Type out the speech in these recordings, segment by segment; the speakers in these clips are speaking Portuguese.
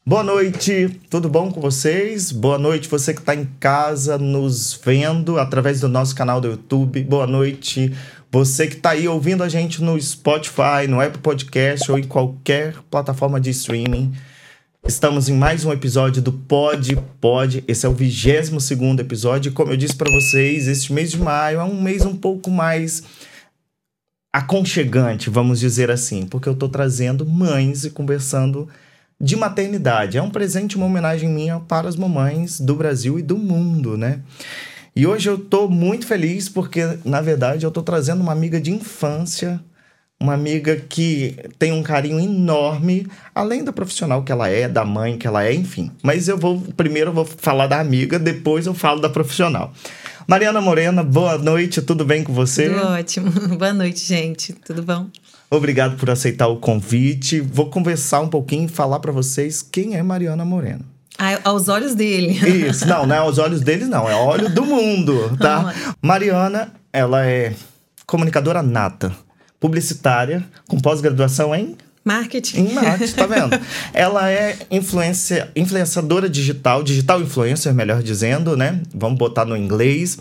Boa noite, tudo bom com vocês? Boa noite você que está em casa nos vendo através do nosso canal do YouTube. Boa noite você que está aí ouvindo a gente no Spotify, no Apple Podcast ou em qualquer plataforma de streaming. Estamos em mais um episódio do Pode. Esse é o 22º episódio. Como eu disse para vocês, este mês de maio é um mês um pouco mais aconchegante, vamos dizer assim, porque eu estou trazendo mães e conversando de maternidade. É um presente, uma homenagem minha para as mamães do Brasil e do mundo, né? E hoje eu tô muito feliz porque, na verdade, eu tô trazendo uma amiga de infância, uma amiga que tem um carinho enorme, além da profissional que ela é, da mãe que ela é, enfim. Mas primeiro eu vou falar da amiga, depois eu falo da profissional. Mariana Morena, boa noite, tudo bem com você? Tudo ótimo. Boa noite, gente. Tudo bom? Obrigado por aceitar o convite. Vou conversar um pouquinho e falar para vocês quem é Mariana Morena. Aos olhos dele. Isso, não é aos olhos deles, não. É ao olho do mundo, tá? Mariana, ela é comunicadora nata, publicitária, com pós-graduação em... Marketing. Em marketing, tá vendo? Ela é influenciadora digital influencer, melhor dizendo, né? Vamos botar no inglês.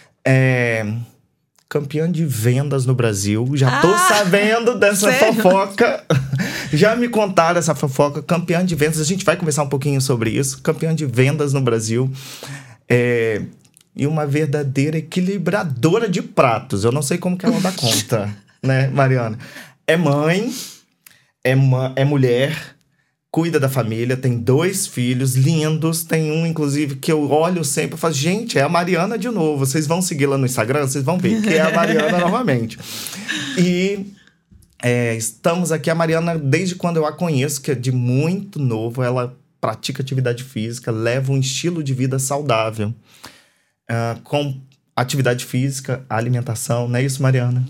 Campeã de vendas no Brasil. Já tô sabendo dessa fofoca. Já me contaram essa fofoca. Campeã de vendas. A gente vai conversar um pouquinho sobre isso. Campeã de vendas no Brasil. E uma verdadeira equilibradora de pratos. Eu não sei como que ela dá conta, né, Mariana? É mãe, é mulher, cuida da família, tem 2 filhos lindos, tem um, inclusive, que eu olho sempre e falo, gente, é a Mariana de novo. Vocês vão seguir lá no Instagram, vocês vão ver que é a Mariana novamente. E estamos aqui, a Mariana, desde quando eu a conheço, que é de muito novo, ela pratica atividade física, leva um estilo de vida saudável, com atividade física, alimentação, não é isso, Mariana?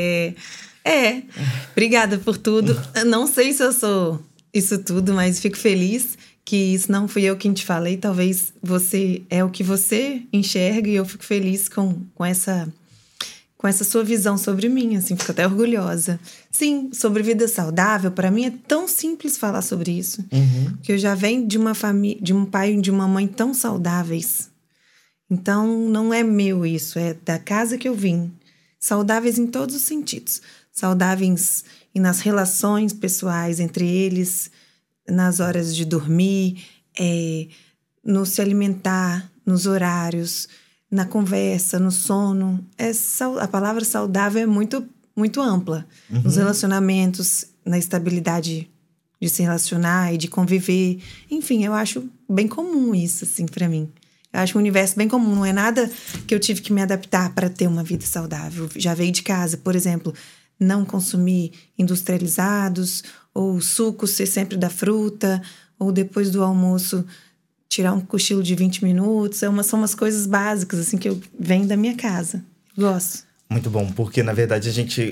Obrigada por tudo. Não sei se eu sou isso tudo, mas fico feliz que isso não fui eu quem te falei. Talvez você é o que você enxerga e eu fico feliz com essa sua visão sobre mim, assim, fico até orgulhosa. Sim, sobre vida saudável, para mim é tão simples falar sobre isso, que eu já venho de uma família, de um pai e de uma mãe tão saudáveis. Então, não é meu isso, é da casa que eu vim. Saudáveis em todos os sentidos. Saudáveis e nas relações pessoais entre eles, nas horas de dormir, no se alimentar, nos horários, na conversa, no sono. A palavra saudável é muito, muito ampla. Nos relacionamentos, na estabilidade de se relacionar e de conviver. Enfim, eu acho bem comum isso, assim, pra mim. Eu acho um universo bem comum. Não é nada que eu tive que me adaptar para ter uma vida saudável. Já veio de casa, por exemplo, não consumir industrializados, ou suco ser sempre da fruta, ou depois do almoço tirar um cochilo de 20 minutos. São umas coisas básicas, assim, que eu venho da minha casa. Gosto. Muito bom, porque, na verdade,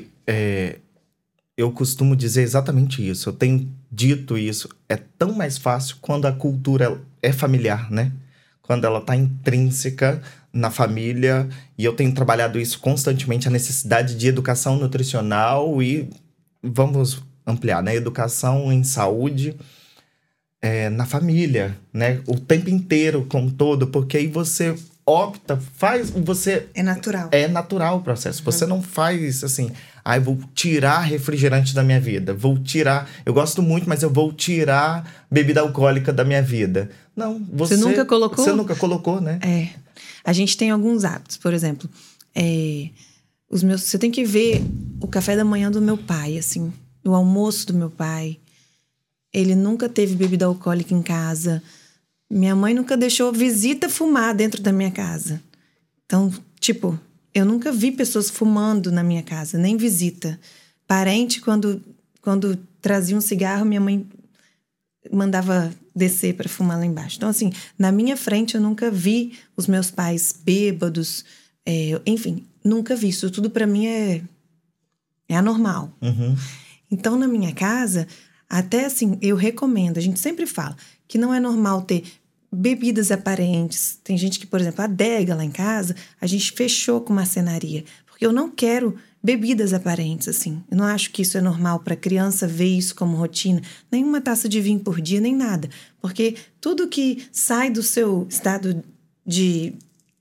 eu costumo dizer exatamente isso. Eu tenho dito isso. É tão mais fácil quando a cultura é familiar, né? Quando ela está intrínseca na família, e eu tenho trabalhado isso constantemente, a necessidade de educação nutricional e, vamos ampliar, né? Educação em saúde na família, né? O tempo inteiro, como todo, porque aí você opta, É natural. É natural o processo. Você não faz assim, vou tirar refrigerante da minha vida, eu gosto muito, mas eu vou tirar bebida alcoólica da minha vida. Não, você nunca colocou? Você nunca colocou, né? A gente tem alguns hábitos, por exemplo, você tem que ver o café da manhã do meu pai, assim, o almoço do meu pai. Ele nunca teve bebida alcoólica em casa. Minha mãe nunca deixou visita fumar dentro da minha casa. Então, tipo, eu nunca vi pessoas fumando na minha casa, nem visita. Parente, quando trazia um cigarro, minha mãe mandava descer para fumar lá embaixo. Então, assim, na minha frente eu nunca vi os meus pais bêbados. Enfim, nunca vi. Isso tudo para mim é anormal. Então, na minha casa, até assim, eu recomendo, a gente sempre fala que não é normal ter bebidas aparentes. Tem gente que, por exemplo, a adega lá em casa, a gente fechou com marcenaria. Porque eu não quero bebidas aparentes, assim. Eu não acho que isso é normal para criança ver isso como rotina. Nem uma taça de vinho por dia, nem nada. Porque tudo que sai do seu estado de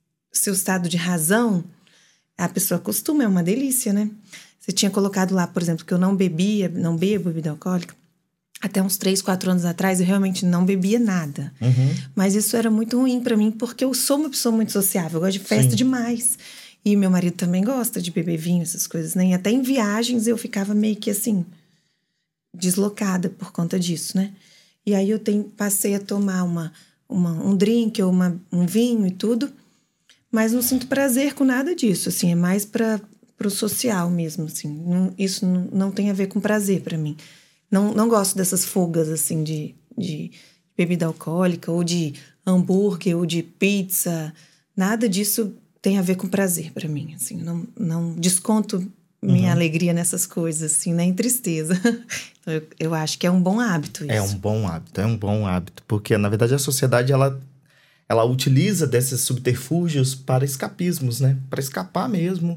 razão, a pessoa acostuma, é uma delícia, né? Você tinha colocado lá, por exemplo, que eu não bebo bebida alcoólica. Até uns 3, 4 anos atrás, eu realmente não bebia nada. Mas isso era muito ruim para mim, porque eu sou uma pessoa muito sociável. Eu gosto de festa demais. E meu marido também gosta de beber vinho, essas coisas, né? E até em viagens eu ficava meio que assim, deslocada por conta disso, né? E aí eu passei a tomar um drink ou um vinho e tudo. Mas não sinto prazer com nada disso, assim. É mais pro social mesmo, assim. Isso não tem a ver com prazer para mim. Não gosto dessas fugas, assim, de bebida alcoólica, ou de hambúrguer, ou de pizza. Nada disso tem a ver com prazer para mim, assim. Não desconto minha alegria nessas coisas, assim, nem tristeza. Então, eu acho que é um bom hábito isso. É um bom hábito. Porque, na verdade, a sociedade, ela utiliza desses subterfúgios para escapismos, né? Para escapar mesmo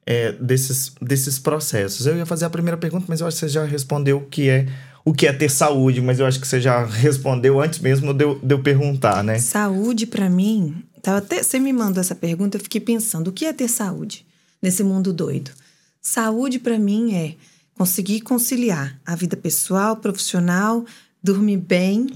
desses processos. Eu ia fazer a primeira pergunta, mas eu acho que você já respondeu o que é ter saúde, mas eu acho que você já respondeu antes mesmo de eu perguntar, né? Saúde, para mim... Você me mandou essa pergunta, eu fiquei pensando, o que é ter saúde nesse mundo doido? Saúde, para mim, é conseguir conciliar a vida pessoal, profissional, dormir bem,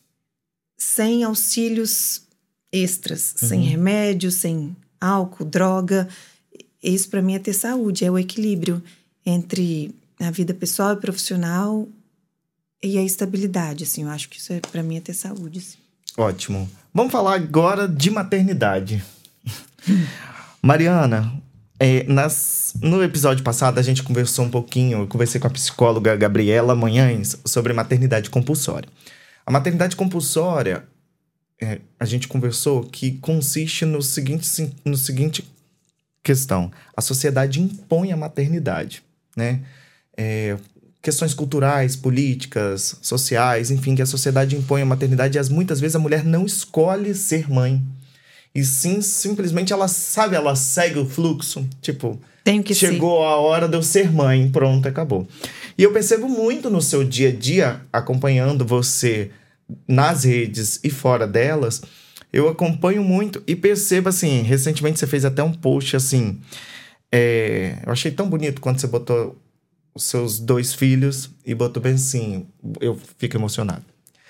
sem auxílios extras, sem remédio, sem álcool, droga. Isso para mim é ter saúde, é o equilíbrio entre a vida pessoal e profissional e a estabilidade, assim. Eu acho que isso para mim é ter saúde, assim. Ótimo. Vamos falar agora de maternidade. Mariana, no episódio passado a gente conversou um pouquinho, eu conversei com a psicóloga Gabriela Manhães sobre maternidade compulsória. A maternidade compulsória, a gente conversou que consiste no seguinte questão. A sociedade impõe a maternidade, né? Questões culturais, políticas, sociais, enfim, que a sociedade impõe a maternidade e muitas vezes a mulher não escolhe ser mãe. E sim, simplesmente ela segue o fluxo. Tipo, chegou a hora de eu ser mãe, pronto, acabou. E eu percebo muito no seu dia a dia, acompanhando você nas redes e fora delas, eu acompanho muito e percebo, assim, recentemente você fez até um post, assim, eu achei tão bonito quando você botou os seus 2 filhos e botou bem assim, eu fico emocionado.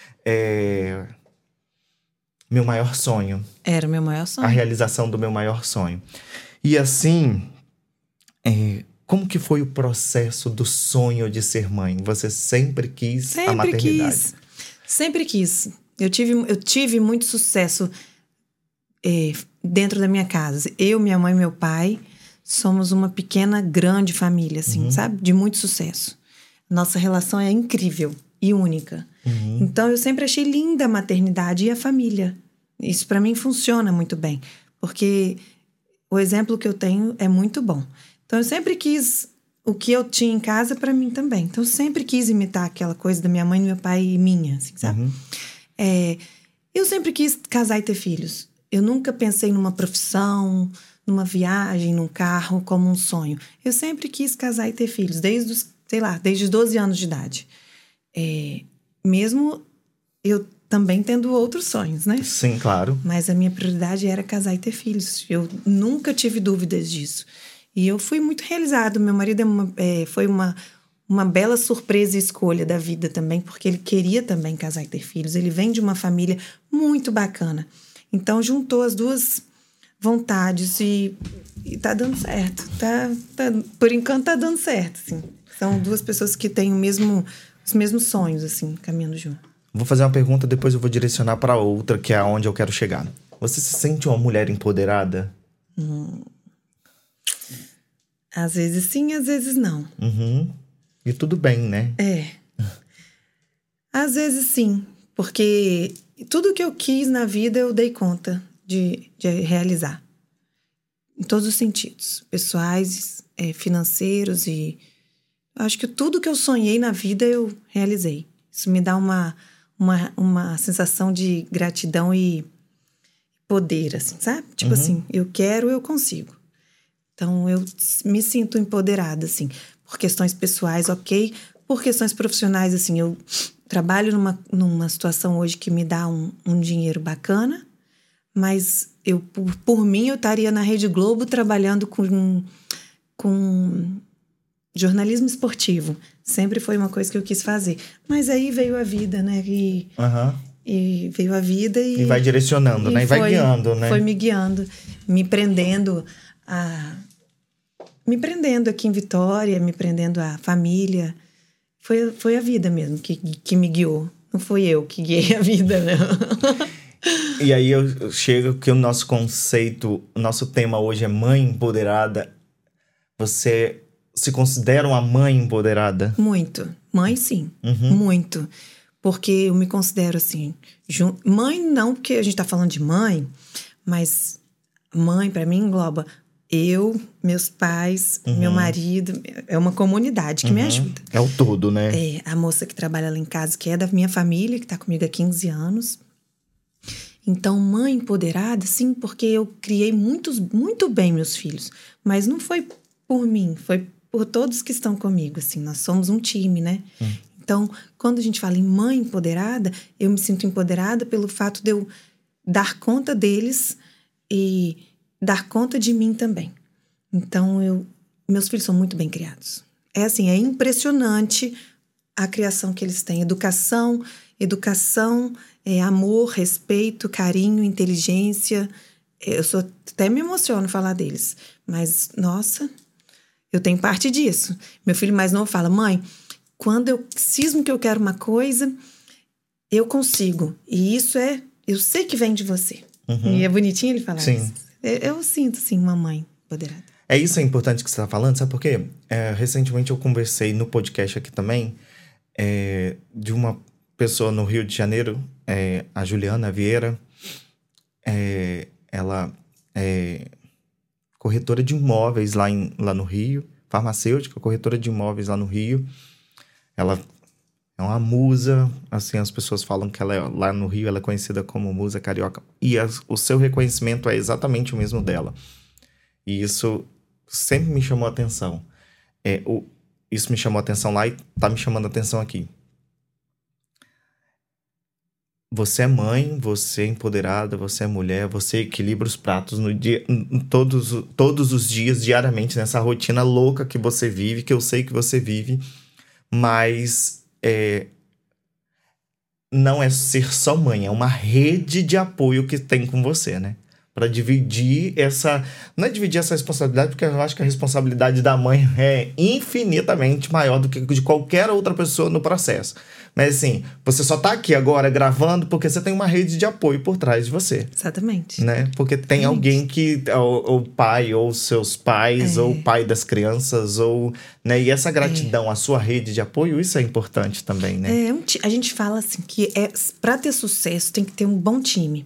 Meu maior sonho. Era o meu maior sonho. A realização do meu maior sonho. E assim, como que foi o processo do sonho de ser mãe? Você sempre quis a maternidade? Sempre quis. Eu tive muito sucesso dentro da minha casa. Eu, minha mãe e meu pai somos uma pequena, grande família, assim, sabe? De muito sucesso. Nossa relação é incrível e única. Então, eu sempre achei linda a maternidade e a família. Isso, para mim, funciona muito bem. Porque o exemplo que eu tenho é muito bom. Então, eu sempre quis o que eu tinha em casa para mim também. Então, eu sempre quis imitar aquela coisa da minha mãe, do meu pai e minha, assim, sabe? Eu sempre quis casar e ter filhos. Eu nunca pensei numa profissão, numa viagem, num carro, como um sonho. Eu sempre quis casar e ter filhos, desde os 12 anos de idade. Mesmo eu também tendo outros sonhos, né? Sim, claro. Mas a minha prioridade era casar e ter filhos. Eu nunca tive dúvidas disso. E eu fui muito realizada. Meu marido foi uma bela surpresa e escolha da vida também, porque ele queria também casar e ter filhos. Ele vem de uma família muito bacana. Então, juntou as duas vontades e tá dando certo. Por enquanto, tá dando certo, assim. São 2 pessoas que têm os mesmos sonhos, assim, caminhando junto. Vou fazer uma pergunta, depois eu vou direcionar para outra, que é aonde eu quero chegar. Você se sente uma mulher empoderada? Às vezes sim, às vezes não. E tudo bem, né? Às vezes sim, porque tudo que eu quis na vida eu dei conta de realizar. Em todos os sentidos. Pessoais, financeiros e... Acho que tudo que eu sonhei na vida eu realizei. Isso me dá uma sensação de gratidão e poder, assim, sabe? Tipo assim, eu quero, eu consigo. Então, eu me sinto empoderada, assim, por questões pessoais, ok. Por questões profissionais, assim, eu trabalho numa situação hoje que me dá um dinheiro bacana, mas por mim, eu estaria na Rede Globo trabalhando com jornalismo esportivo. Sempre foi uma coisa que eu quis fazer. Mas aí veio a vida, né? E veio a vida e vai direcionando, né? E vai guiando, né? Foi me guiando, me prendendo aqui em Vitória, me prendendo à família. Foi a vida mesmo que me guiou. Não foi eu que guiei a vida, não. E aí eu chego que o nosso conceito, o nosso tema hoje é mãe empoderada. Você se considera uma mãe empoderada? Muito. Mãe, sim. Muito. Porque eu me considero assim... Mãe não, porque a gente tá falando de mãe, mas mãe, pra mim, engloba eu, meus pais, meu marido. É uma comunidade que me ajuda. É o todo, né? É, a moça que trabalha lá em casa, que é da minha família, que tá comigo há 15 anos. Então, mãe empoderada, sim, porque eu criei muito bem meus filhos. Mas não foi por mim, foi por todos que estão comigo, assim. Nós somos um time, né? Então, quando a gente fala em mãe empoderada, eu me sinto empoderada pelo fato de eu dar conta deles e dar conta de mim também. Então, meus filhos são muito bem criados. É assim, é impressionante a criação que eles têm. Educação, amor, respeito, carinho, inteligência. Até me emociono falar deles. Mas, nossa, eu tenho parte disso. Meu filho mais novo fala, mãe, quando eu cismo que eu quero uma coisa, eu consigo. E isso eu sei que vem de você. E é bonitinho ele falar isso. Eu sinto, sim, uma mãe empoderada. Isso é importante que você está falando, sabe por quê? Recentemente eu conversei no podcast aqui também de uma pessoa no Rio de Janeiro, a Juliana Vieira. Ela é corretora de imóveis lá no Rio, farmacêutica, corretora de imóveis lá no Rio. Ela é uma musa, assim, as pessoas falam que ela lá no Rio ela é conhecida como musa carioca. E o seu reconhecimento é exatamente o mesmo dela. E isso sempre me chamou a atenção. Isso me chamou a atenção lá e tá me chamando a atenção aqui. Você é mãe, você é empoderada, você é mulher, você equilibra os pratos no dia, todos os dias, diariamente, nessa rotina louca que você vive, que eu sei que você vive, mas não é ser só mãe, é uma rede de apoio que tem com você, né? Para dividir não é dividir essa responsabilidade, porque eu acho que a responsabilidade da mãe é infinitamente maior do que de qualquer outra pessoa no processo. Mas assim, você só tá aqui agora gravando porque você tem uma rede de apoio por trás de você. Exatamente. Né? Porque tem alguém que... O pai, ou seus pais, ou o pai das crianças, né? E essa gratidão, a sua rede de apoio, isso é importante também, né? A gente fala assim que para ter sucesso tem que ter um bom time.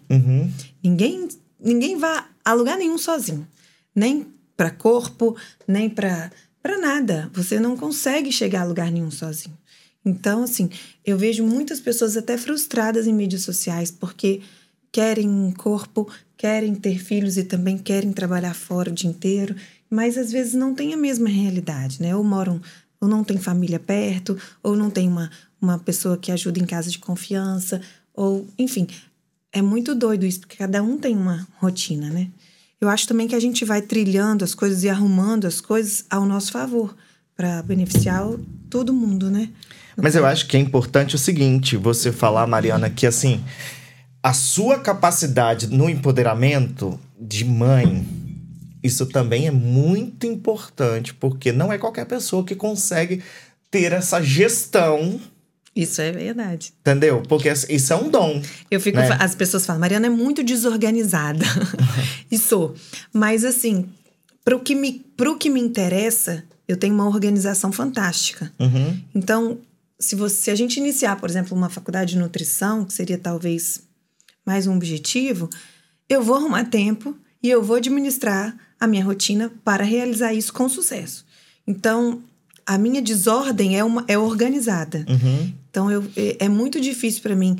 Ninguém vai a lugar nenhum sozinho. Nem para corpo, nem para nada. Você não consegue chegar a lugar nenhum sozinho. Então, assim, eu vejo muitas pessoas até frustradas em mídias sociais porque querem um corpo, querem ter filhos e também querem trabalhar fora o dia inteiro, mas às vezes não tem a mesma realidade, né? Ou não tem família perto, ou não tem uma pessoa que ajuda em casa de confiança, ou, enfim, é muito doido isso, porque cada um tem uma rotina, né? Eu acho também que a gente vai trilhando as coisas e arrumando as coisas ao nosso favor, para beneficiar todo mundo, né? Mas eu acho que é importante o seguinte, você falar, Mariana, que assim, a sua capacidade no empoderamento de mãe, isso também é muito importante, porque não é qualquer pessoa que consegue ter essa gestão. Isso é verdade. Entendeu? Porque isso é um dom. Né? As pessoas falam, Mariana é muito desorganizada. E sou. Mas assim, pro que me interessa, eu tenho uma organização fantástica. Então, se a gente iniciar, por exemplo, uma faculdade de nutrição, que seria talvez mais um objetivo, eu vou arrumar tempo e eu vou administrar a minha rotina para realizar isso com sucesso. Então, a minha desordem é organizada. Então, é muito difícil para mim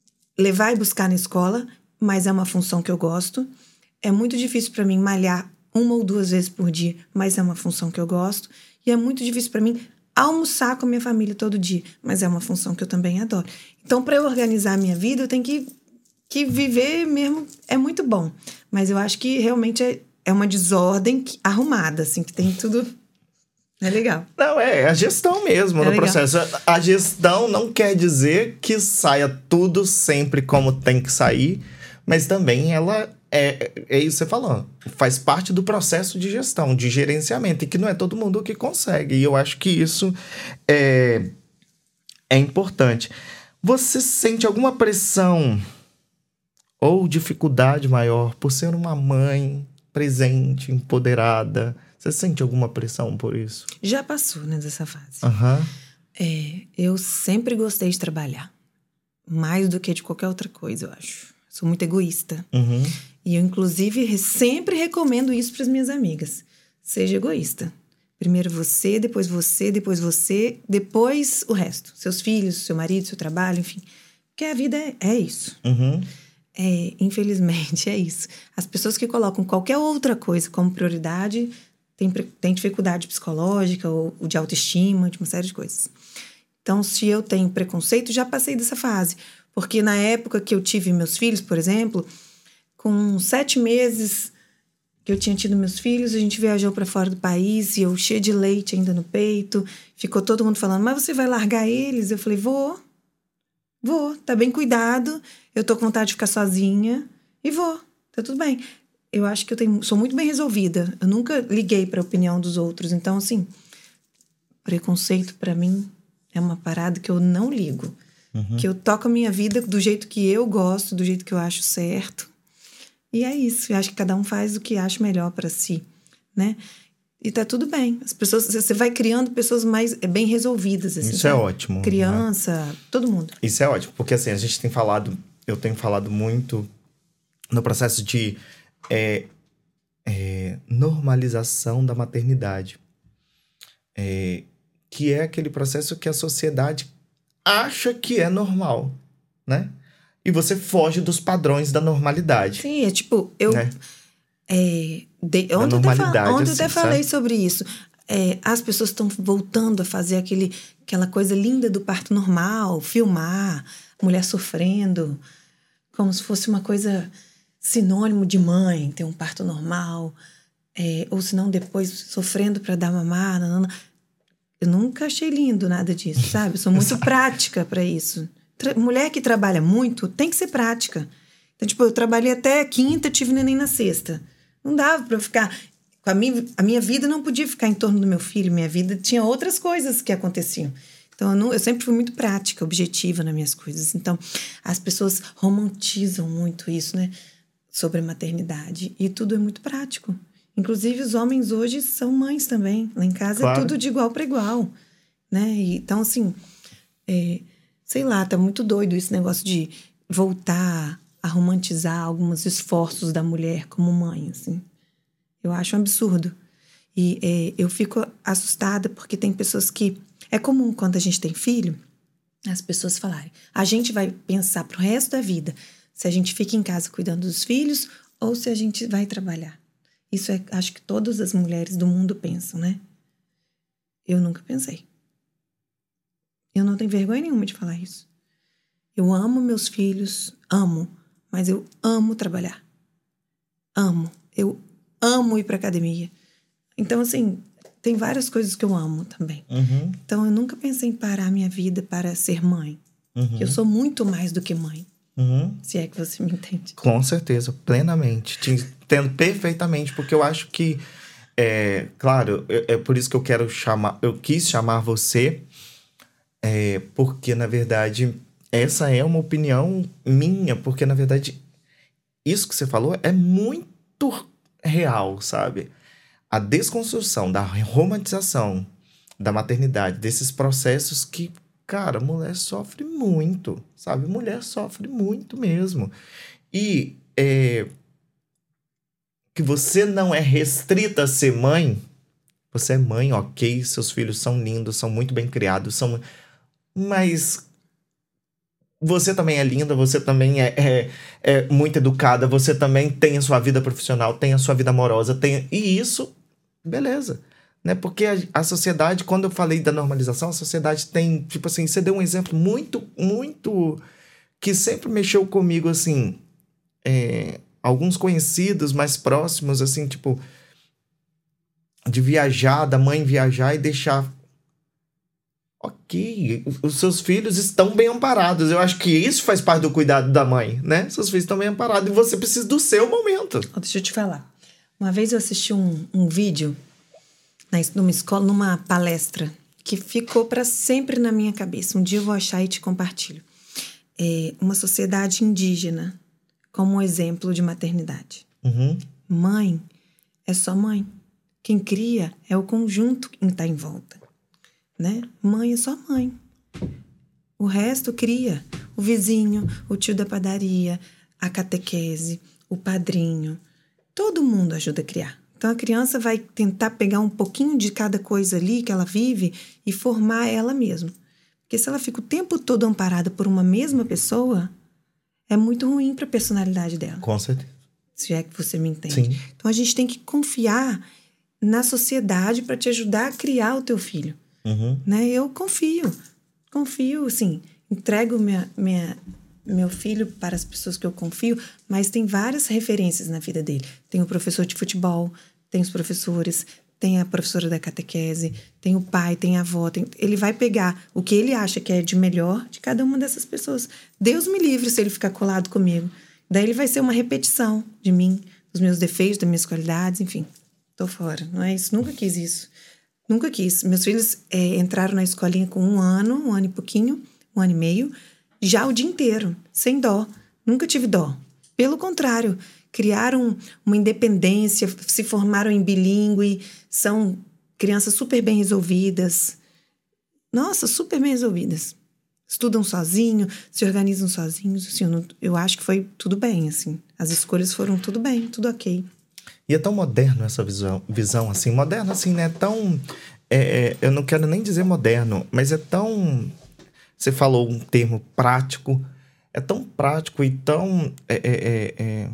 levar e buscar na escola, mas é uma função que eu gosto. É muito difícil para mim malhar 1 ou 2 vezes por dia, mas é uma função que eu gosto. E é muito difícil para mim almoçar com a minha família todo dia, mas é uma função que eu também adoro. Então, para eu organizar a minha vida, eu tenho que viver mesmo. É muito bom. Mas eu acho que realmente é uma desordem arrumada, assim, que tem tudo... É legal. Não, é a gestão mesmo no processo. A gestão não quer dizer que saia tudo sempre como tem que sair, mas também ela é isso que você falou. Faz parte do processo de gestão, de gerenciamento, e que não é todo mundo que consegue. E eu acho que isso é importante. Você sente alguma pressão ou dificuldade maior por ser uma mãe presente, empoderada? Você sente alguma pressão por isso? Já passou, né, dessa fase. Eu sempre gostei de trabalhar. Mais do que de qualquer outra coisa, eu acho. Sou muito egoísta. E eu, inclusive, sempre recomendo isso para as minhas amigas. Seja egoísta. Primeiro você, depois você, depois você, depois o resto. Seus filhos, seu marido, seu trabalho, enfim. Porque a vida é isso. Infelizmente, é isso. As pessoas que colocam qualquer outra coisa como prioridade... Tem dificuldade psicológica ou de autoestima, de uma série de coisas. Então, se eu tenho preconceito, já passei dessa fase. Porque na época que eu tive meus filhos, por exemplo, com 7 meses que eu tinha tido meus filhos, a gente viajou para fora do país e eu cheia de leite ainda no peito. Ficou todo mundo falando, mas você vai largar eles? Eu falei, vou, tá bem cuidado. Eu tô com vontade de ficar sozinha e vou, tá tudo bem. Eu acho que sou muito bem resolvida. Eu nunca liguei para a opinião dos outros. Então, assim, preconceito para mim é uma parada que eu não ligo. Que eu toco a minha vida do jeito que eu gosto, do jeito que eu acho certo. E é isso. Eu acho que cada um faz o que acha melhor para si, né? E tá tudo bem. As pessoas, você vai criando pessoas mais bem resolvidas. Assim, isso sabe? É ótimo. Criança, todo mundo. Isso é ótimo. Porque, assim, eu tenho falado muito no processo de... normalização da maternidade, que é aquele processo que a sociedade acha que é normal, né? E você foge dos padrões da normalidade. Sim, é tipo, ontem eu até falei sobre isso. As pessoas estão voltando a fazer aquela coisa linda do parto normal, filmar, mulher sofrendo, como se fosse uma coisa... sinônimo de mãe, ter um parto normal, ou se não depois sofrendo para dar mamar. Eu nunca achei lindo nada disso, sabe? Eu sou muito prática para isso. Mulher que trabalha muito tem que ser prática. Então, tipo, eu trabalhei até quinta, tive neném na sexta. Não dava para eu ficar... A minha vida não podia ficar em torno do meu filho. Minha vida tinha outras coisas que aconteciam. Então, eu sempre fui muito prática, objetiva nas minhas coisas. Então, as pessoas romantizam muito isso, né? Sobre a maternidade. E tudo é muito prático. Inclusive, os homens hoje são mães também. Lá em casa claro. É tudo de igual para igual. Né? Então, assim, sei lá, tá muito doido esse negócio de voltar a romantizar alguns esforços da mulher como mãe, assim. Eu acho um absurdo. E eu fico assustada porque tem pessoas que... É comum quando a gente tem filho, as pessoas falarem, a gente vai pensar pro resto da vida se a gente fica em casa cuidando dos filhos ou se a gente vai trabalhar. Isso acho que todas as mulheres do mundo pensam, né? Eu nunca pensei. Eu não tenho vergonha nenhuma de falar isso. Eu amo meus filhos, mas eu amo trabalhar. Eu amo ir pra academia. Então, assim, tem várias coisas que eu amo também. Então, eu nunca pensei em parar a minha vida para ser mãe. Eu sou muito mais do que mãe. Se é que você me entende. Com certeza, plenamente. Te entendo perfeitamente, porque eu acho que, claro, é por isso que eu quis chamar você, porque, na verdade, essa é uma opinião minha, porque, na verdade, isso que você falou é muito real, sabe? A desconstrução da romantização da maternidade, desses processos que, cara, a mulher sofre muito, sabe? Mulher sofre muito mesmo. E que você não é restrita a ser mãe. Você é mãe, ok, seus filhos são lindos, são muito bem criados, mas você também é linda, você também é muito educada, você também tem a sua vida profissional, tem a sua vida amorosa, e isso, beleza. Né? Porque a sociedade, quando eu falei da normalização, a sociedade tem, tipo assim, você deu um exemplo muito, muito, que sempre mexeu comigo, assim, alguns conhecidos mais próximos, assim, tipo, de viajar, da mãe viajar e deixar... Ok, os seus filhos estão bem amparados. Eu acho que isso faz parte do cuidado da mãe, né? Seus filhos estão bem amparados e você precisa do seu momento. Deixa eu te falar. Uma vez eu assisti um vídeo numa escola, numa palestra, que ficou para sempre na minha cabeça. Um dia eu vou achar e te compartilho. Uma sociedade indígena como um exemplo de maternidade. Uhum. Mãe é só mãe. Quem cria é o conjunto que está em volta. Né? Mãe é só mãe. O resto cria. O vizinho, o tio da padaria, a catequese, o padrinho. Todo mundo ajuda a criar. Então a criança vai tentar pegar um pouquinho de cada coisa ali que ela vive e formar ela mesma. Porque se ela fica o tempo todo amparada por uma mesma pessoa, é muito ruim para a personalidade dela. Com certeza. Se é que você me entende. Sim. Então a gente tem que confiar na sociedade para te ajudar a criar o teu filho. Uhum. Né? Eu confio, assim, entrego meu filho para as pessoas que eu confio, mas tem várias referências na vida dele. Tem o professor de futebol, tem os professores, tem a professora da catequese, tem o pai, tem a avó. Ele vai pegar o que ele acha que é de melhor de cada uma dessas pessoas. Deus me livre se ele ficar colado comigo. Daí ele vai ser uma repetição de mim, dos meus defeitos, das minhas qualidades, enfim. Tô fora, não é isso? Nunca quis isso. Nunca quis. Meus filhos entraram na escolinha com 1 ano e pouquinho, 1 ano e meio, já o dia inteiro, sem dó. Nunca tive dó. Pelo contrário, criaram uma independência, se formaram em bilíngue, são crianças super bem resolvidas. Nossa, super bem resolvidas. Estudam sozinhos, se organizam sozinhos. Assim, eu acho que foi tudo bem, assim. As escolhas foram tudo bem, tudo ok. E é tão moderno essa visão assim, moderno assim, né? Tão, eu não quero nem dizer moderno, mas é tão... Você falou um termo prático, é tão prático e tão... não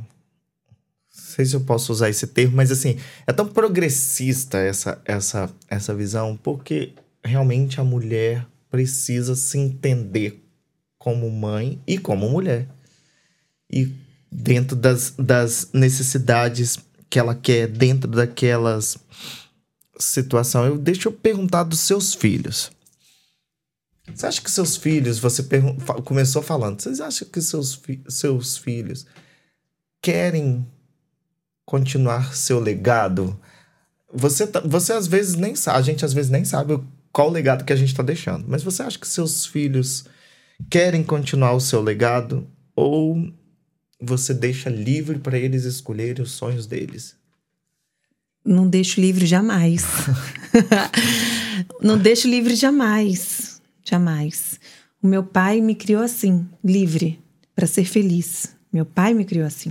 sei se eu posso usar esse termo, mas assim, é tão progressista essa visão, porque realmente a mulher precisa se entender como mãe e como mulher. E dentro das necessidades que ela quer, dentro daquelas situações. Deixa eu perguntar dos seus filhos. Você acha que seus filhos, você começou falando, vocês acham que seus filhos querem continuar seu legado? Você às vezes nem sabe, a gente às vezes nem sabe qual o legado que a gente está deixando, mas você acha que seus filhos querem continuar o seu legado ou você deixa livre para eles escolherem os sonhos deles? Não deixo livre jamais. Não deixo livre jamais. Jamais. O meu pai me criou assim, livre, para ser feliz. Meu pai me criou assim.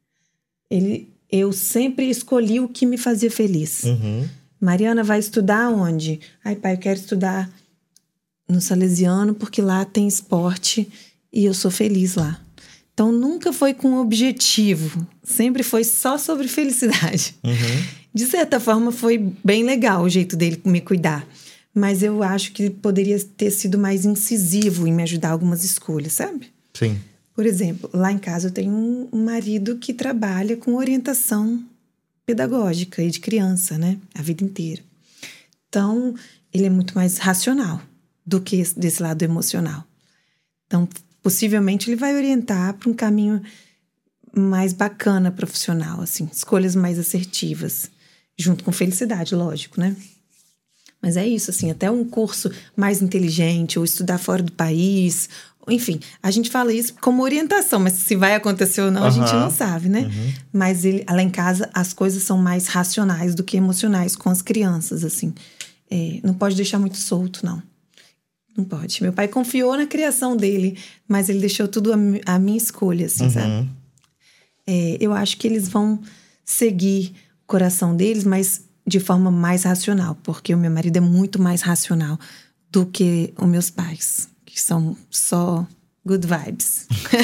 Eu sempre escolhi o que me fazia feliz. Uhum. Mariana vai estudar onde? Ai, pai, eu quero estudar no Salesiano porque lá tem esporte e eu sou feliz lá. Então, nunca foi com objetivo. Sempre foi só sobre felicidade. Uhum. De certa forma, foi bem legal o jeito dele me cuidar. Mas eu acho que poderia ter sido mais incisivo em me ajudar a algumas escolhas, sabe? Sim. Por exemplo, lá em casa eu tenho um marido que trabalha com orientação pedagógica e de criança, né? A vida inteira. Então, ele é muito mais racional do que desse lado emocional. Então, possivelmente ele vai orientar para um caminho mais bacana profissional, assim, escolhas mais assertivas, junto com felicidade, lógico, né? Mas é isso, assim, até um curso mais inteligente ou estudar fora do país, enfim, a gente fala isso como orientação, mas se vai acontecer ou não, a gente não sabe, né? Uhum. Mas lá em casa as coisas são mais racionais do que emocionais com as crianças, assim. Não pode deixar muito solto, não. Não pode. Meu pai confiou na criação dele, mas ele deixou tudo a minha escolha, assim, sabe? Eu acho que eles vão seguir o coração deles, mas de forma mais racional, porque o meu marido é muito mais racional do que os meus pais, que são só Good vibes.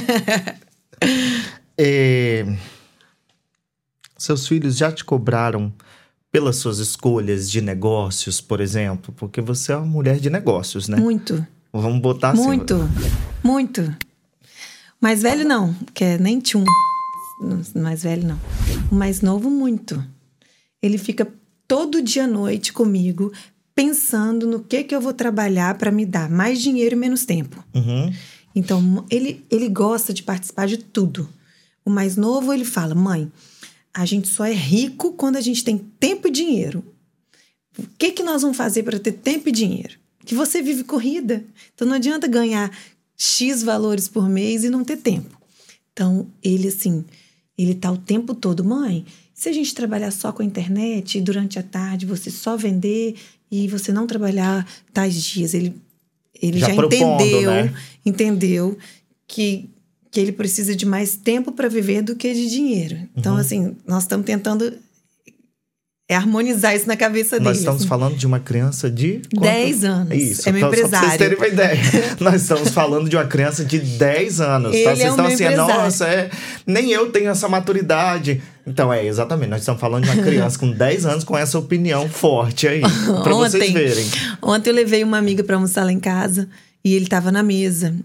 Seus filhos já te cobraram pelas suas escolhas de negócios, por exemplo? Porque você é uma mulher de negócios, né? Muito. Vamos botar assim. Muito. Mais velho não, que nem tchum. Mais velho não. O mais novo, muito. Ele fica todo dia à noite comigo, pensando no que eu vou trabalhar para me dar mais dinheiro e menos tempo. Uhum. Então, ele gosta de participar de tudo. O mais novo, ele fala, mãe, a gente só é rico quando a gente tem tempo e dinheiro. O que nós vamos fazer para ter tempo e dinheiro? Que você vive corrida. Então, não adianta ganhar X valores por mês e não ter tempo. Então, ele tá o tempo todo, mãe, se a gente trabalhar só com a internet e durante a tarde você só vender e você não trabalhar tais dias, ele já entendeu, né? Entendeu que ele precisa de mais tempo para viver do que de dinheiro. Então, assim, nós estamos tentando harmonizar isso na cabeça dele. Nós estamos falando de uma criança de... 10 anos. Isso. É meu empresário. Só pra vocês terem uma ideia. Nós estamos falando de uma criança de 10 anos. Ele tá? Vocês é estão meu assim, empresário. nossa, nem eu tenho essa maturidade. Então, exatamente. Nós estamos falando de uma criança com 10 anos com essa opinião forte aí. Pra vocês verem. Ontem eu levei uma amiga para almoçar lá em casa e ele estava na mesa.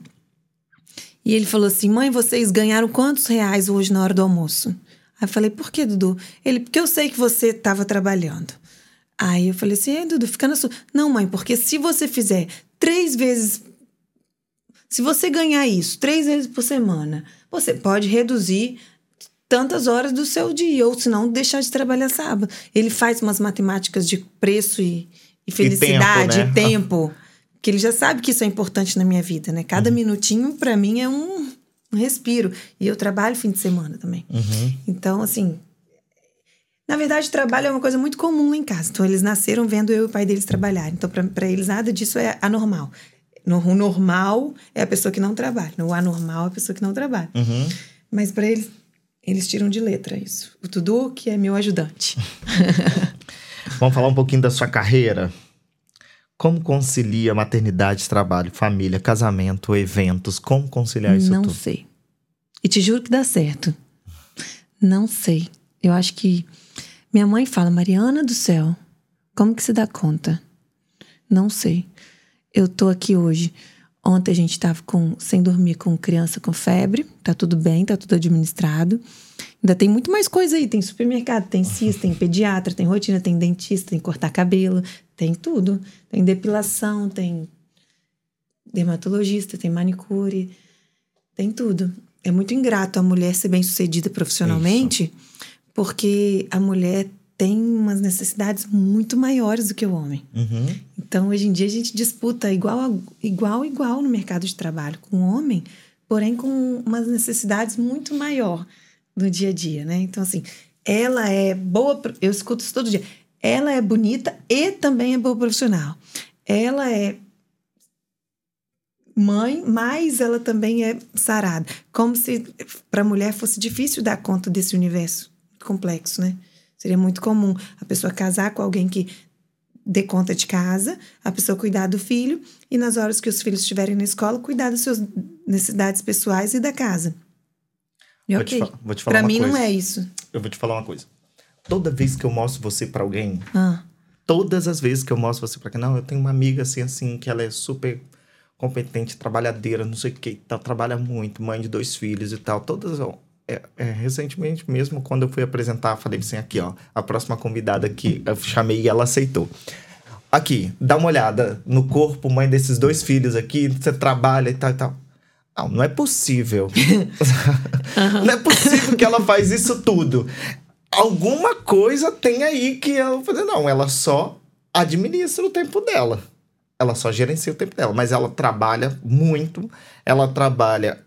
E ele falou assim, mãe, vocês ganharam quantos reais hoje na hora do almoço? Aí eu falei, por que, Dudu? Ele, porque eu sei que você estava trabalhando. Aí eu falei assim, Dudu, fica na sua... Não, mãe, porque se você fizer 3 vezes... Se você ganhar isso 3 vezes por semana, você pode reduzir tantas horas do seu dia, ou se não, deixar de trabalhar sábado. Ele faz umas matemáticas de preço e felicidade, e tempo, que ele já sabe que isso é importante na minha vida, né? Cada minutinho, para mim, é um respiro. E eu trabalho fim de semana também. Então, assim... Na verdade, trabalho é uma coisa muito comum lá em casa. Então, eles nasceram vendo eu e o pai deles trabalharem. Então, para eles, nada disso é anormal. O normal é a pessoa que não trabalha. O anormal é a pessoa que não trabalha. Mas para eles tiram de letra isso. O Dudu, que é meu ajudante. Vamos falar um pouquinho da sua carreira? Como concilia maternidade, trabalho, família, casamento, eventos? Como conciliar isso tudo? Não sei. E te juro que dá certo. Não sei. Eu acho que... Minha mãe fala, Mariana do céu, como que você dá conta? Não sei. Eu tô aqui hoje. Ontem a gente tava sem dormir com criança com febre. Tá tudo bem, tá tudo administrado. Ainda tem muito mais coisa aí. Tem supermercado, tem CIS, tem pediatra, tem rotina, tem dentista, tem cortar cabelo. Tem tudo. Tem depilação, tem dermatologista, tem manicure. Tem tudo. É muito ingrato a mulher ser bem-sucedida profissionalmente... Isso. Porque a mulher tem umas necessidades muito maiores do que o homem. Então, hoje em dia, a gente disputa igual no mercado de trabalho com o homem, porém com umas necessidades muito maior no dia a dia, né? Então, assim, ela é boa... Eu escuto isso todo dia. Ela é bonita e também é boa profissional. Ela é mãe, mas ela também é sarada. Como se para a mulher fosse difícil dar conta desse universo complexo, né? Seria muito comum a pessoa casar com alguém que dê conta de casa, a pessoa cuidar do filho e nas horas que os filhos estiverem na escola, cuidar das suas necessidades pessoais e da casa. E vou te falar uma coisa. Pra mim não é isso. Eu vou te falar uma coisa. Toda vez que eu mostro você pra alguém, todas as vezes que eu mostro você pra alguém, não, eu tenho uma amiga assim, que ela é super competente, trabalhadeira, não sei o que, tal, trabalha muito, mãe de 2 filhos e tal, todas... recentemente mesmo, quando eu fui apresentar, falei assim, aqui, ó, a próxima convidada aqui, eu chamei e ela aceitou. Aqui, dá uma olhada no corpo, mãe desses 2 filhos aqui, você trabalha e tal e tal. Não é possível. Não é possível que ela faz isso tudo. Alguma coisa tem aí que ela fazer. Não, ela só administra o tempo dela. Ela só gerencia o tempo dela. Mas ela trabalha muito. Ela trabalha...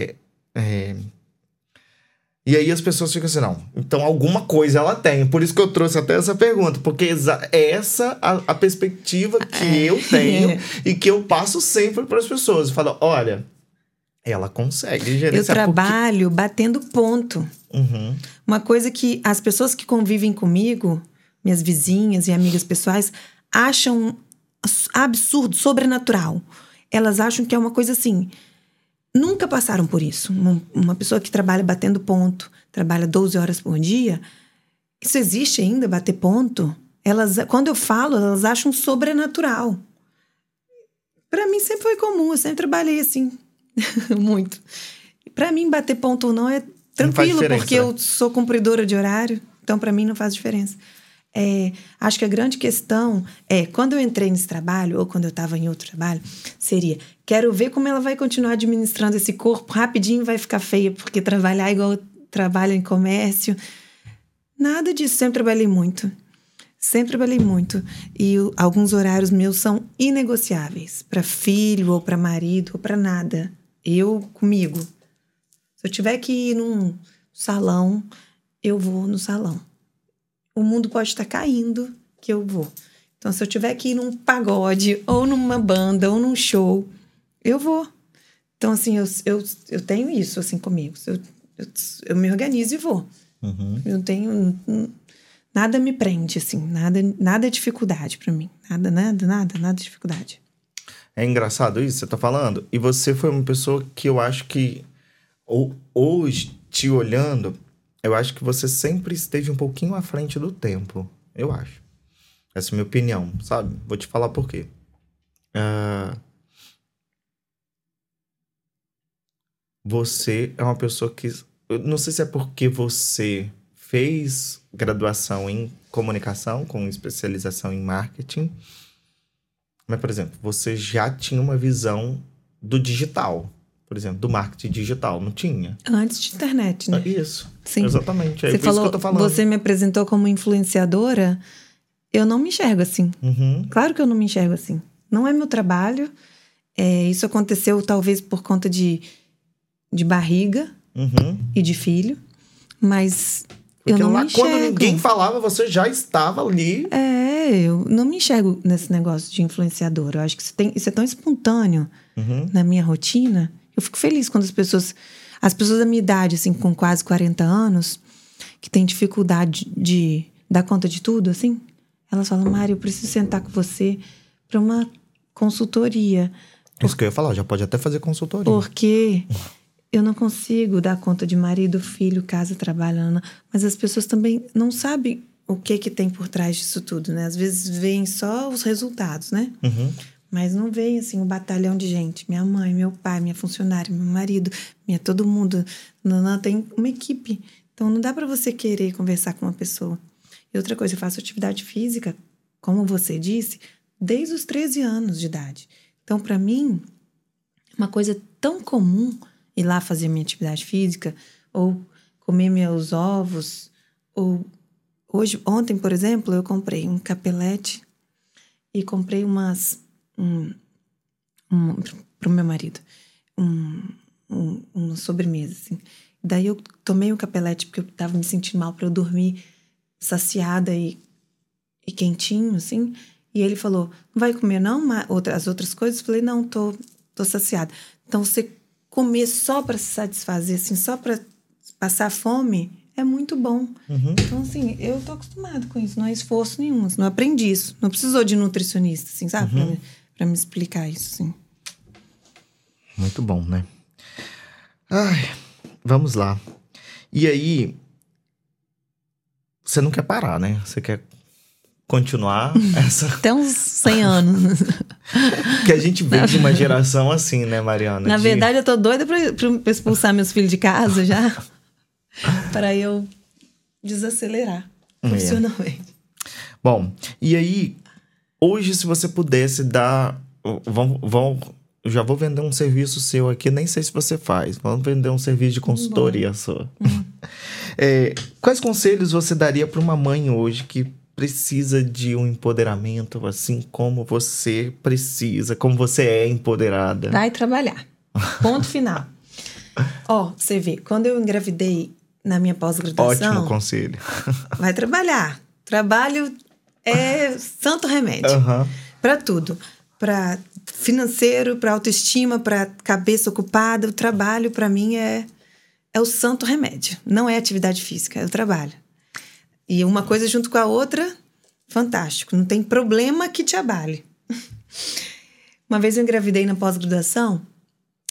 E aí as pessoas ficam assim, não, então alguma coisa ela tem. Por isso que eu trouxe até essa pergunta. Porque essa a perspectiva que eu tenho e que eu passo sempre para as pessoas. Eu falo, olha, ela consegue gerenciar. Eu trabalho batendo ponto. Uma coisa que as pessoas que convivem comigo, minhas vizinhas e amigas pessoais, acham absurdo, sobrenatural. Elas acham que é uma coisa assim... nunca passaram por isso. Uma pessoa que trabalha batendo ponto, trabalha 12 horas por dia, isso existe ainda, bater ponto? Quando eu falo, elas acham sobrenatural. Para mim sempre foi comum, eu sempre trabalhei assim, muito. Para mim, bater ponto ou não é tranquilo, porque eu sou cumpridora de horário, então para mim não faz diferença. Acho que a grande questão quando eu entrei nesse trabalho, ou quando eu estava em outro trabalho, seria, quero ver como ela vai continuar administrando esse corpo, rapidinho vai ficar feia, porque trabalhar igual trabalha em comércio. Nada disso, sempre trabalhei muito. Sempre trabalhei muito. E alguns horários meus são inegociáveis. Para filho, ou para marido, ou para nada. Comigo. Se eu tiver que ir num salão, eu vou no salão. O mundo pode estar caindo, que eu vou. Então, se eu tiver que ir num pagode, ou numa banda, ou num show, eu vou. Então, assim, eu tenho isso, assim, comigo. Eu me organizo e vou. Uhum. Eu tenho... Nada me prende, assim. Nada é dificuldade pra mim. Nada dificuldade. É engraçado isso que você tá falando. E você foi uma pessoa que eu acho que... Hoje, te olhando, eu acho que você sempre esteve um pouquinho à frente do tempo. Eu acho. Essa é a minha opinião, sabe? Vou te falar por quê. Você é uma pessoa que... Eu não sei se é porque você fez graduação em comunicação, com especialização em marketing. Mas, por exemplo, você já tinha uma visão do digital. Por exemplo, do marketing digital. Não tinha? Antes de internet, né? Isso. Sim. Exatamente. Você falou, isso que eu tô falando. você me apresentou como influenciadora. Eu não me enxergo assim. Uhum. Claro que eu não me enxergo assim. Não é meu trabalho. Isso aconteceu talvez por conta de barriga e de filho. Mas porque eu não lá, me enxergo. quando ninguém falava, você já estava ali. Eu não me enxergo nesse negócio de influenciadora. Eu acho que isso é tão espontâneo na minha rotina. Eu fico feliz quando as pessoas da minha idade, assim, com quase 40 anos, que têm dificuldade de dar conta de tudo, assim, elas falam, Mari, eu preciso sentar com você para uma consultoria. Isso que eu ia falar, já pode até fazer consultoria. Porque eu não consigo dar conta de marido, filho, casa, trabalho, mas as pessoas também não sabem o que tem por trás disso tudo, né? Às vezes veem só os resultados, né? Mas não veem, assim, um batalhão de gente. Minha mãe, meu pai, minha funcionária, meu marido, todo mundo. Não, tem uma equipe. Então, não dá para você querer conversar com uma pessoa. E outra coisa, eu faço atividade física, como você disse, desde os 13 anos de idade. Então, para mim, uma coisa tão comum ir lá fazer minha atividade física, ou comer meus ovos, ou... Ontem, por exemplo, eu comprei um capelete e comprei para o meu marido, uma sobremesa, assim. Daí eu tomei o capelete porque eu estava me sentindo mal, para eu dormir saciada e quentinho, assim. E ele falou, não vai comer não as outras coisas? Eu falei, não, tô saciada. Então, você comer só para se satisfazer, assim, só para passar fome, é muito bom. Então, assim, eu tô acostumada com isso. Não é esforço nenhum. Assim, não aprendi isso. Não precisou de nutricionista, assim, sabe? Pra me explicar isso, assim. Muito bom, né? Ai, vamos lá. E aí, você não quer parar, né? Você quer continuar essa... Até uns 100 anos. Que a gente veio de uma geração assim, né, Mariana? Na verdade, eu tô doida pra expulsar meus filhos de casa já. Para eu desacelerar profissionalmente. Bom, e aí, hoje, se você pudesse dar... Eu já vou vender um serviço seu aqui, nem sei se você faz. Vamos vender um serviço de consultoria sua. Quais conselhos você daria para uma mãe hoje que precisa de um empoderamento, assim como você precisa, como você é empoderada? Vai trabalhar. Ponto final. Você vê, quando eu engravidei na minha pós-graduação... Ótimo conselho. Vai trabalhar. Trabalho é santo remédio. Para tudo. Para financeiro, para autoestima, para cabeça ocupada. O trabalho, para mim, é o santo remédio. Não é atividade física, é o trabalho. E uma coisa junto com a outra, fantástico. Não tem problema que te abale. Uma vez eu engravidei na pós-graduação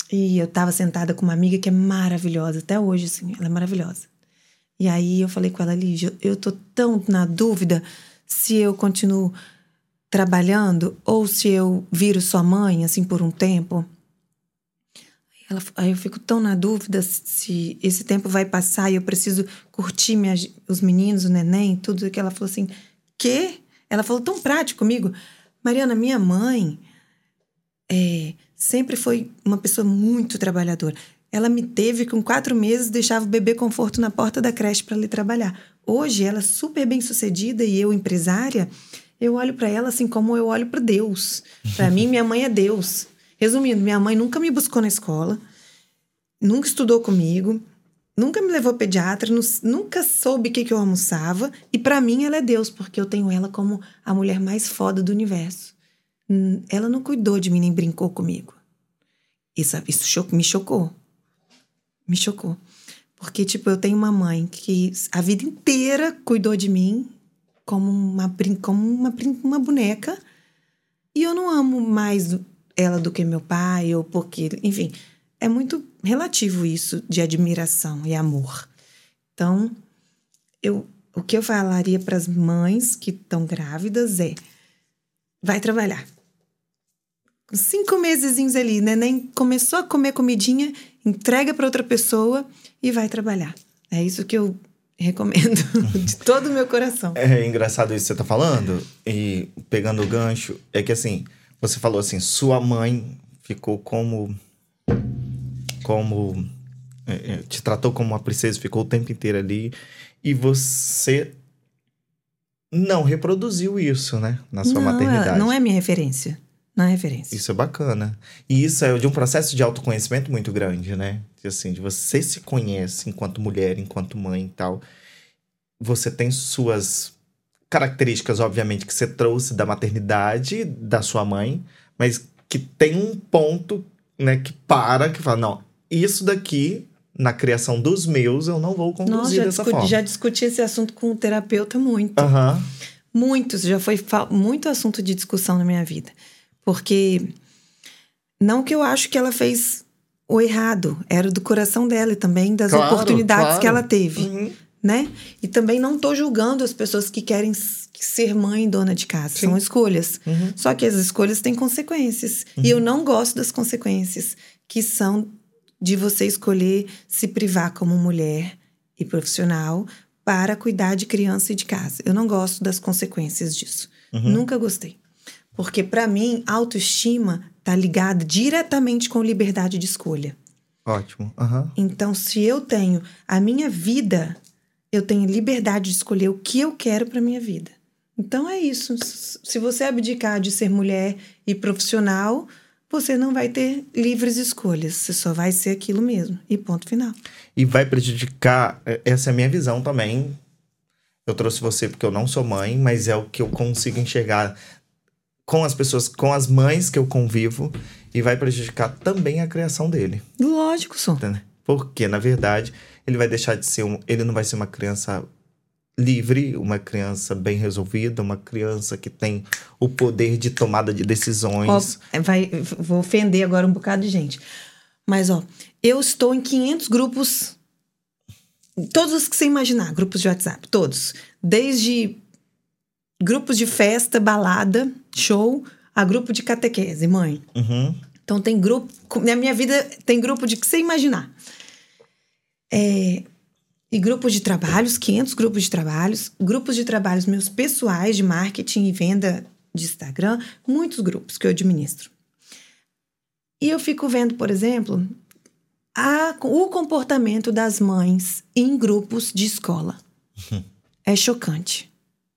E eu tava sentada com uma amiga que é maravilhosa, até hoje, assim, ela é maravilhosa. E aí eu falei com ela, Lígia, eu tô tão na dúvida se eu continuo trabalhando ou se eu viro sua mãe, assim, por um tempo. Aí eu fico tão na dúvida se esse tempo vai passar e eu preciso curtir os meninos, o neném, tudo. Que ela falou assim, quê? Ela falou tão prático comigo. Mariana, minha mãe sempre foi uma pessoa muito trabalhadora. Ela me teve com 4 meses, deixava o bebê conforto na porta da creche para ir trabalhar. Hoje, ela é super bem sucedida e eu, empresária, eu olho para ela assim como eu olho para Deus. Para mim, minha mãe é Deus. Resumindo, minha mãe nunca me buscou na escola, nunca estudou comigo, nunca me levou ao pediatra, nunca soube o que eu almoçava. E para mim, ela é Deus, porque eu tenho ela como a mulher mais foda do universo. Ela não cuidou de mim, nem brincou comigo. Isso me chocou. Me chocou. Porque, tipo, eu tenho uma mãe que a vida inteira cuidou de mim como uma boneca. E eu não amo mais ela do que meu pai, ou porque... Enfim, é muito relativo isso de admiração e amor. Então, o que eu falaria para as mães que estão grávidas é... Vai trabalhar. 5 mesezinhos ali, neném começou a comer comidinha, entrega para outra pessoa e vai trabalhar. É isso que eu recomendo de todo o meu coração. É engraçado isso que você tá falando, e pegando o gancho, é que assim, você falou assim, sua mãe ficou te tratou como uma princesa, ficou o tempo inteiro ali, e você não reproduziu isso, né, na sua maternidade. Não é minha referência. Não é referência. Isso é bacana. E isso é de um processo de autoconhecimento muito grande, né? Assim, de você se conhece enquanto mulher, enquanto mãe e tal. Você tem suas características, obviamente, que você trouxe da maternidade da sua mãe, mas que tem um ponto, né, que fala, não, isso daqui, na criação dos meus, eu não vou conduzir dessa forma. Já discuti esse assunto com o terapeuta muito. Uhum. Muitos, já foi muito assunto de discussão na minha vida. Porque, não que eu acho que ela fez o errado, era do coração dela e também das oportunidades que ela teve, né? E também não tô julgando as pessoas que querem ser mãe e dona de casa, Sim. São escolhas. Só que as escolhas têm consequências. E eu não gosto das consequências, que são de você escolher se privar como mulher e profissional para cuidar de criança e de casa. Eu não gosto das consequências disso. Nunca gostei. Porque, para mim, autoestima está ligada diretamente com liberdade de escolha. Ótimo. Então, se eu tenho a minha vida, eu tenho liberdade de escolher o que eu quero para minha vida. Então, é isso. Se você abdicar de ser mulher e profissional, você não vai ter livres escolhas. Você só vai ser aquilo mesmo. E ponto final. E vai prejudicar... Essa é a minha visão também. Eu trouxe você porque eu não sou mãe, mas é o que eu consigo enxergar... com as pessoas, com as mães que eu convivo, e vai prejudicar também a criação dele. Lógico, só. Porque, na verdade, ele vai deixar de ser ele não vai ser uma criança livre, uma criança bem resolvida, uma criança que tem o poder de tomada de decisões. Vou ofender agora um bocado de gente. Mas, eu estou em 500 grupos, todos os que você imaginar, grupos de WhatsApp, todos. Desde... grupos de festa, balada, show, a grupo de catequese, mãe. Então tem grupo... Na minha vida tem grupo de que você imaginar. E grupos de trabalhos, 500 grupos de trabalhos meus pessoais de marketing e venda de Instagram, muitos grupos que eu administro. E eu fico vendo, por exemplo, o comportamento das mães em grupos de escola. É chocante.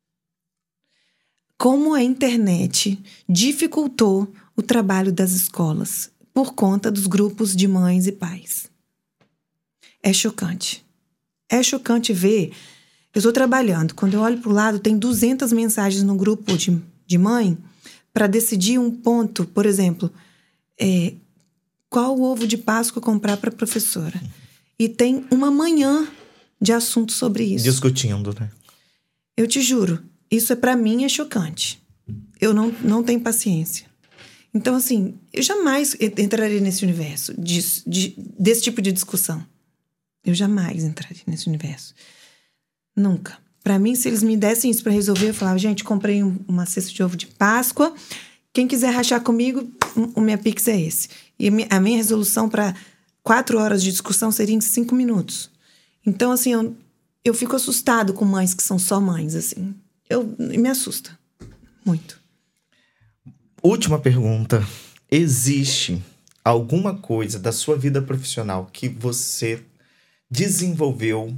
Como a internet dificultou o trabalho das escolas por conta dos grupos de mães e pais. É chocante. É chocante ver... Eu estou trabalhando. Quando eu olho para o lado, tem 200 mensagens no grupo de mãe para decidir um ponto. Por exemplo, qual ovo de Páscoa comprar para a professora. E tem uma manhã de assunto sobre isso. Discutindo, né? Eu te juro. Isso, para mim, é chocante. Eu não tenho paciência. Então, assim, eu jamais entraria nesse universo desse tipo de discussão. Eu jamais entraria nesse universo. Nunca. Pra mim, se eles me dessem isso pra resolver, eu falava, gente, comprei uma cesta de ovo de Páscoa. Quem quiser rachar comigo, o meu Pix é esse. E a minha resolução para 4 horas de discussão seria em 5 minutos. Então, assim, eu fico assustado com mães que são só mães, assim. Me assusta muito. Última pergunta. Existe alguma coisa da sua vida profissional que você desenvolveu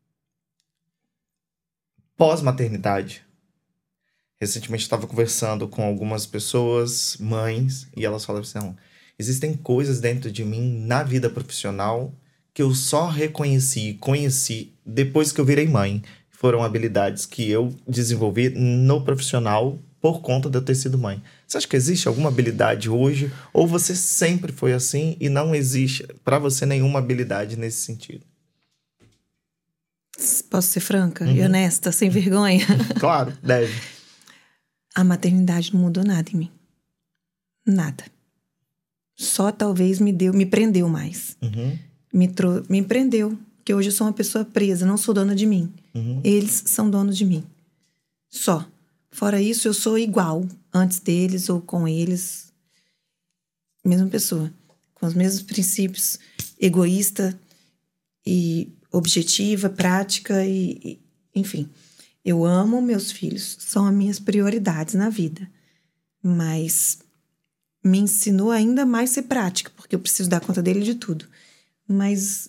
pós-maternidade? Recentemente estava conversando com algumas pessoas, mães, e elas falavam assim, não, existem coisas dentro de mim na vida profissional que eu só reconheci e conheci depois que eu virei mãe. Foram habilidades que eu desenvolvi no profissional por conta de eu ter sido mãe. Você acha que existe alguma habilidade hoje? Ou você sempre foi assim e não existe para você nenhuma habilidade nesse sentido? Posso ser franca e honesta, sem vergonha? Claro, deve. A maternidade não mudou nada em mim. Nada. Só talvez me prendeu mais. Me prendeu. Porque hoje eu sou uma pessoa presa, não sou dona de mim. Eles são donos de mim. Só. Fora isso, eu sou igual. Antes deles ou com eles. Mesma pessoa. Com os mesmos princípios. Egoísta e objetiva, prática e enfim. Eu amo meus filhos. São as minhas prioridades na vida. Mas me ensinou ainda mais a ser prática. Porque eu preciso dar conta dele de tudo. Mas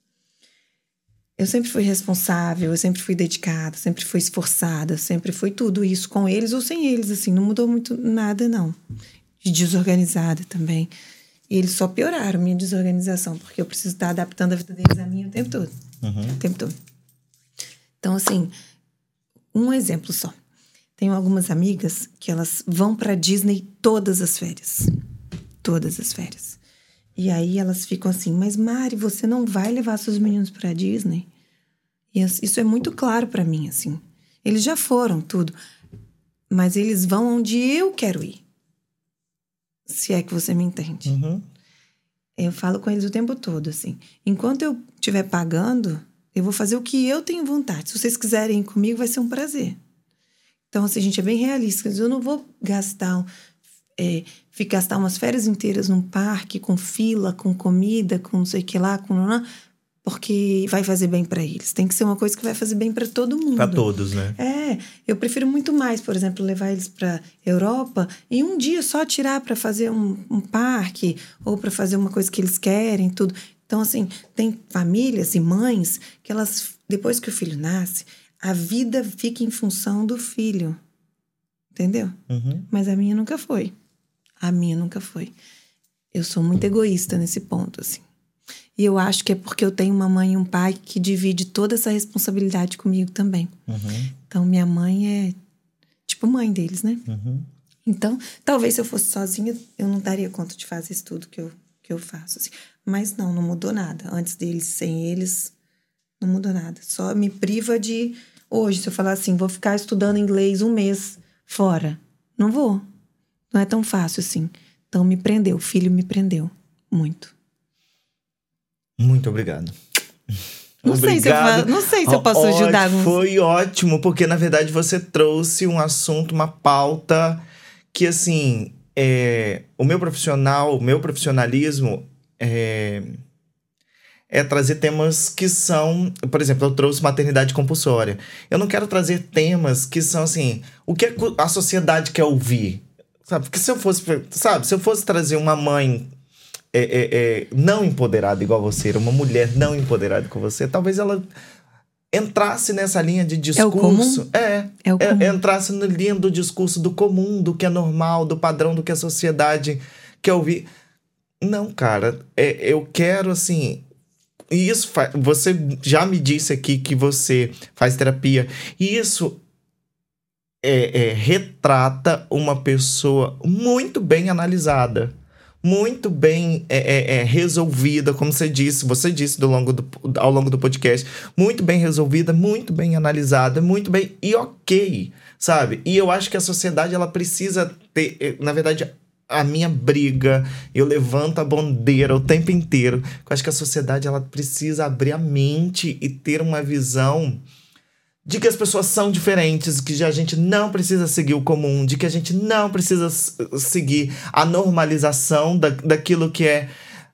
eu sempre fui responsável, eu sempre fui dedicada, sempre fui esforçada, sempre fui tudo isso, com eles ou sem eles, assim, não mudou muito nada, não. De desorganizada também. E eles só pioraram minha desorganização, porque eu preciso estar adaptando a vida deles a minha o tempo todo. O tempo todo. Então, assim, um exemplo só. Tenho algumas amigas que elas vão pra Disney todas as férias. Todas as férias. E aí elas ficam assim, mas Mari, você não vai levar seus meninos pra Disney? E isso é muito claro pra mim, assim. Eles já foram, tudo. Mas eles vão onde eu quero ir. Se é que você me entende. Eu falo com eles o tempo todo, assim. Enquanto eu estiver pagando, eu vou fazer o que eu tenho vontade. Se vocês quiserem ir comigo, vai ser um prazer. Então, assim, a gente é bem realista. Eu não vou gastar umas férias inteiras num parque, com fila, com comida, com não sei o que lá, porque vai fazer bem pra eles. Tem que ser uma coisa que vai fazer bem pra todo mundo. Pra todos, né? Eu prefiro muito mais, por exemplo, levar eles pra Europa e um dia só tirar pra fazer um parque ou pra fazer uma coisa que eles querem, tudo. Então, assim, tem famílias e mães que elas, depois que o filho nasce, a vida fica em função do filho. Entendeu? Mas a minha nunca foi. A minha nunca foi. Eu sou muito egoísta nesse ponto, assim. E eu acho que é porque eu tenho uma mãe e um pai que divide toda essa responsabilidade comigo também. Então, minha mãe é tipo mãe deles, né? Então, talvez se eu fosse sozinha, eu não daria conta de fazer isso tudo que eu faço, assim. Mas não mudou nada. Antes deles, sem eles, não mudou nada. Só me priva de... Hoje, se eu falar assim, vou ficar estudando inglês 1 mês fora. Não vou. Não é tão fácil assim. Então, me prendeu. O filho me prendeu. Muito. Muito obrigado. Não sei se eu posso ajudar. Foi ótimo, porque, na verdade, você trouxe um assunto, uma pauta que, assim, o meu profissionalismo é trazer temas que são... Por exemplo, eu trouxe maternidade compulsória. Eu não quero trazer temas que são, assim... O que a sociedade quer ouvir? Sabe? Porque se eu fosse trazer uma mãe não empoderada igual você, uma mulher não empoderada como você, talvez ela entrasse nessa linha de discurso. Entrasse na linha do discurso do comum, do que é normal, do padrão, do que a sociedade quer ouvir. Não, cara. Eu quero, assim... E isso você já me disse aqui que você faz terapia. E isso retrata uma pessoa muito bem analisada. Muito bem resolvida, como você disse ao longo do podcast. Muito bem resolvida, muito bem analisada, muito bem... E ok, sabe? E eu acho que a sociedade, ela precisa ter... Na verdade, a minha briga, eu levanto a bandeira o tempo inteiro. Eu acho que a sociedade ela precisa abrir a mente e ter uma visão de que as pessoas são diferentes, que a gente não precisa seguir o comum, de que a gente não precisa seguir a normalização daquilo que é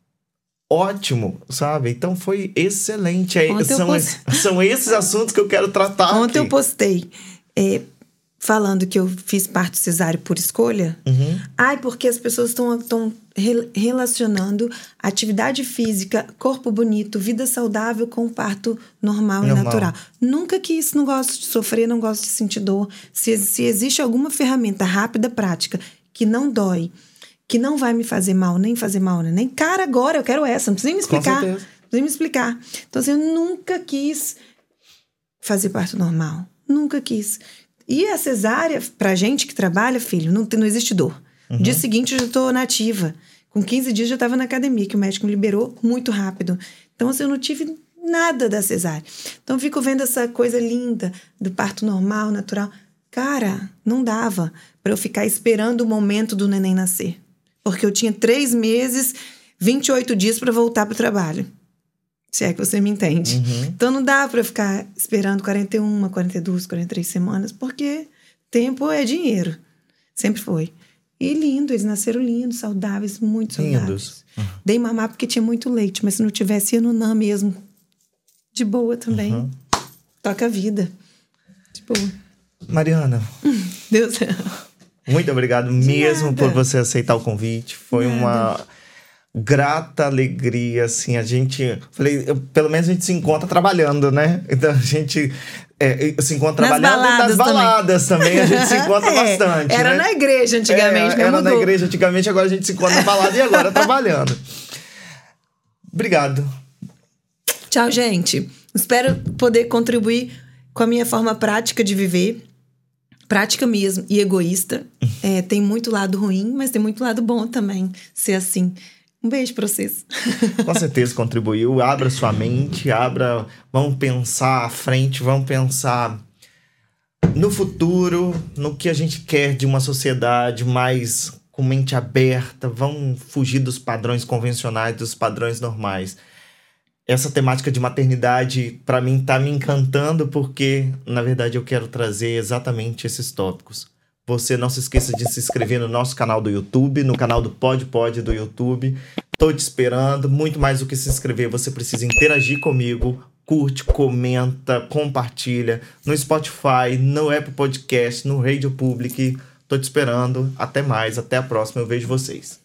ótimo, sabe? Então foi excelente. São esses assuntos que eu quero tratar Ontem aqui. eu postei falando que eu fiz parto cesáreo por escolha. Ai, porque as pessoas estão relacionando atividade física, corpo bonito, vida saudável com parto normal e natural. Nunca quis, não gosto de sofrer, não gosto de sentir dor. Se existe alguma ferramenta rápida, prática, que não dói, que não vai me fazer mal, nem fazer mal, nem cara, agora eu quero essa, não precisa nem me explicar. Com certeza. Não precisa me explicar. Então, assim, eu nunca quis fazer parto normal. Nunca quis. E a cesárea, pra gente que trabalha, filho, não existe dor. No dia seguinte eu já tô nativa. Com 15 dias eu já tava na academia, que o médico me liberou muito rápido. Então, assim, eu não tive nada da cesárea. Então, eu fico vendo essa coisa linda do parto normal, natural. Cara, não dava pra eu ficar esperando o momento do neném nascer. Porque eu tinha 3 meses, 28 dias pra voltar pro trabalho. Se é que você me entende. Então, não dá pra eu ficar esperando 41, 42, 43 semanas, porque tempo é dinheiro. Sempre foi. E lindo, eles nasceram lindos, saudáveis, muito saudáveis. Dei mamar porque tinha muito leite, mas se não tivesse, ia no NAN mesmo. De boa também. Toca a vida. De boa. Mariana. Deus. Muito obrigado mesmo por você aceitar o convite. Foi uma grata alegria, assim, pelo menos a gente se encontra trabalhando, né? Então a gente se encontra trabalhando e nas baladas também a gente se encontra bastante. Era, né? Na igreja antigamente, era na igreja antigamente, agora a gente se encontra na balada e agora trabalhando. Obrigado. Tchau, gente. Espero poder contribuir com a minha forma prática de viver. Prática mesmo e egoísta. Tem muito lado ruim, mas tem muito lado bom também ser assim. Um beijo pra vocês. Com certeza contribuiu. Abra sua mente, vamos pensar à frente, vamos pensar no futuro, no que a gente quer de uma sociedade mais com mente aberta. Vamos fugir dos padrões convencionais, dos padrões normais. Essa temática de maternidade, para mim, tá me encantando porque, na verdade, eu quero trazer exatamente esses tópicos. Você não se esqueça de se inscrever no nosso canal do YouTube, no canal do Pod do YouTube. Tô te esperando. Muito mais do que se inscrever, você precisa interagir comigo. Curte, comenta, compartilha. No Spotify, no Apple Podcast, no Radio Public. Tô te esperando. Até mais, até a próxima. Eu vejo vocês.